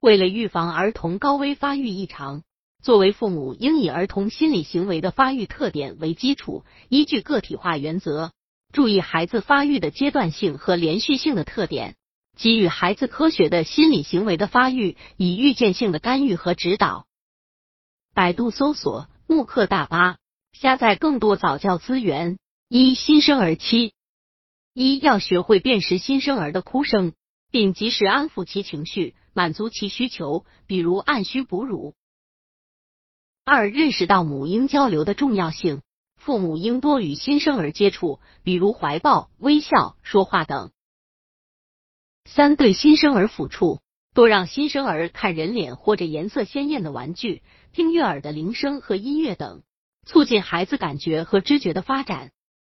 为了预防儿童高危发育异常，作为父母应以儿童心理行为的发育特点为基础，依据个体化原则，注意孩子发育的阶段性和连续性的特点，给予孩子科学的心理行为的发育以预见性的干预和指导。百度搜索慕课大巴，下载更多早教资源。新生儿期，要学会辨识新生儿的哭声，并及时安抚其情绪，满足其需求，比如按需哺乳。认识到母婴交流的重要性，父母应多与新生儿接触，比如怀抱、微笑、说话等。对新生儿抚触，多让新生儿看人脸或者颜色鲜艳的玩具，听悦耳的铃声和音乐等，促进孩子感觉和知觉的发展。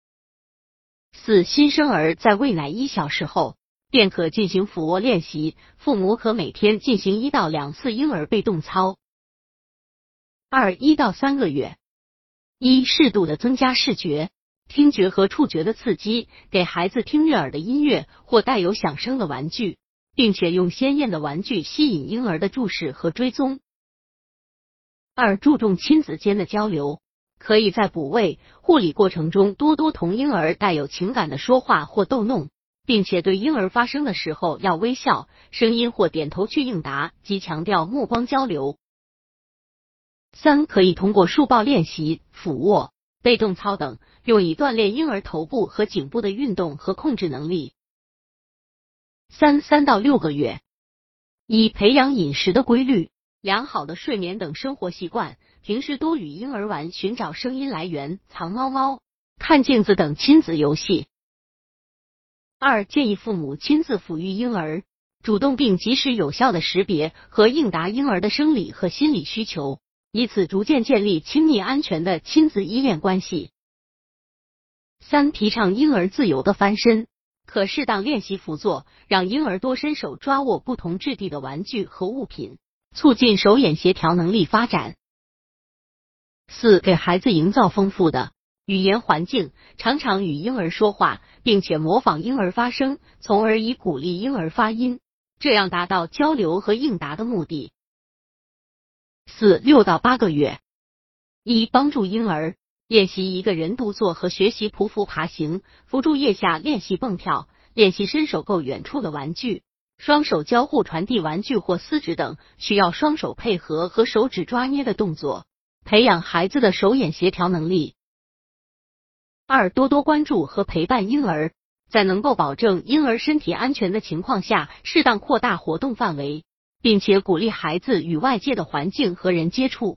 新生儿在喂奶1小时后，便可进行俯卧练习，父母可每天进行1到2次婴儿被动操。1到3个月，适度的增加视觉、听觉和触觉的刺激，给孩子听悦耳的音乐或带有响声的玩具，并且用鲜艳的玩具吸引婴儿的注视和追踪。注重亲子间的交流，可以在哺喂、护理过程中多多同婴儿带有情感的说话或逗弄，并且对婴儿发声的时候要微笑、声音或点头去应答，及强调目光交流。可以通过竖抱练习、俯卧、被动操等，用以锻炼婴儿头部和颈部的运动和控制能力。3到6个月，培养饮食的规律、良好的睡眠等生活习惯，平时多与婴儿玩寻找声音来源、藏猫猫、看镜子等亲子游戏。建议父母亲自抚育婴儿，主动并及时有效的识别和应答婴儿的生理和心理需求，以此逐渐建立亲密安全的亲子依恋关系。提倡婴儿自由的翻身，可适当练习辅佐，让婴儿多伸手抓握不同质地的玩具和物品，促进手眼协调能力发展。给孩子营造丰富的语言环境，常常与婴儿说话，并且模仿婴儿发声，从而以鼓励婴儿发音，这样达到交流和应答的目的。6到8个月，帮助婴儿练习一个人独坐和学习匍匐爬行，扶住腋下练习蹦跳，练习伸手够远处的玩具，双手交互传递玩具或丝质等需要双手配合和手指抓捏的动作，培养孩子的手眼协调能力。多多关注和陪伴婴儿，在能够保证婴儿身体安全的情况下，适当扩大活动范围，并且鼓励孩子与外界的环境和人接触。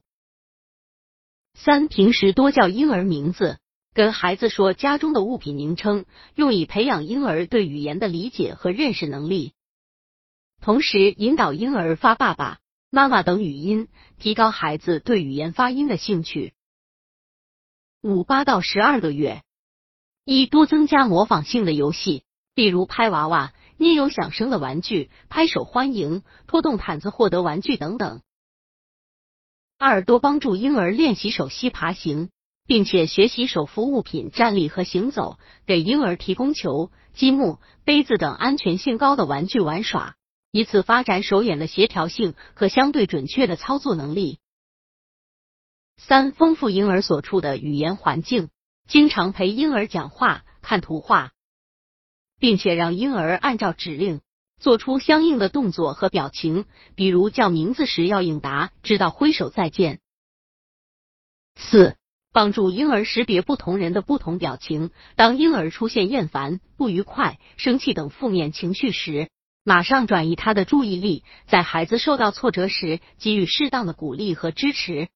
平时多叫婴儿名字，跟孩子说家中的物品名称，用以培养婴儿对语言的理解和认识能力。同时引导婴儿发爸爸、妈妈等语音，提高孩子对语言发音的兴趣。8到12个月，多增加模仿性的游戏，例如拍娃娃、捏有响声的玩具、拍手欢迎、拖动毯子获得玩具等等。多帮助婴儿练习手膝爬行，并且学习手扶物品站立和行走，给婴儿提供球、积木、杯子等安全性高的玩具玩耍，以此发展手眼的协调性和相对准确的操作能力。丰富婴儿所处的语言环境，经常陪婴儿讲话、看图画，并且让婴儿按照指令做出相应的动作和表情，比如叫名字时要应答，知道挥手再见。帮助婴儿识别不同人的不同表情，当婴儿出现厌烦、不愉快、生气等负面情绪时，马上转移他的注意力，在孩子受到挫折时给予适当的鼓励和支持。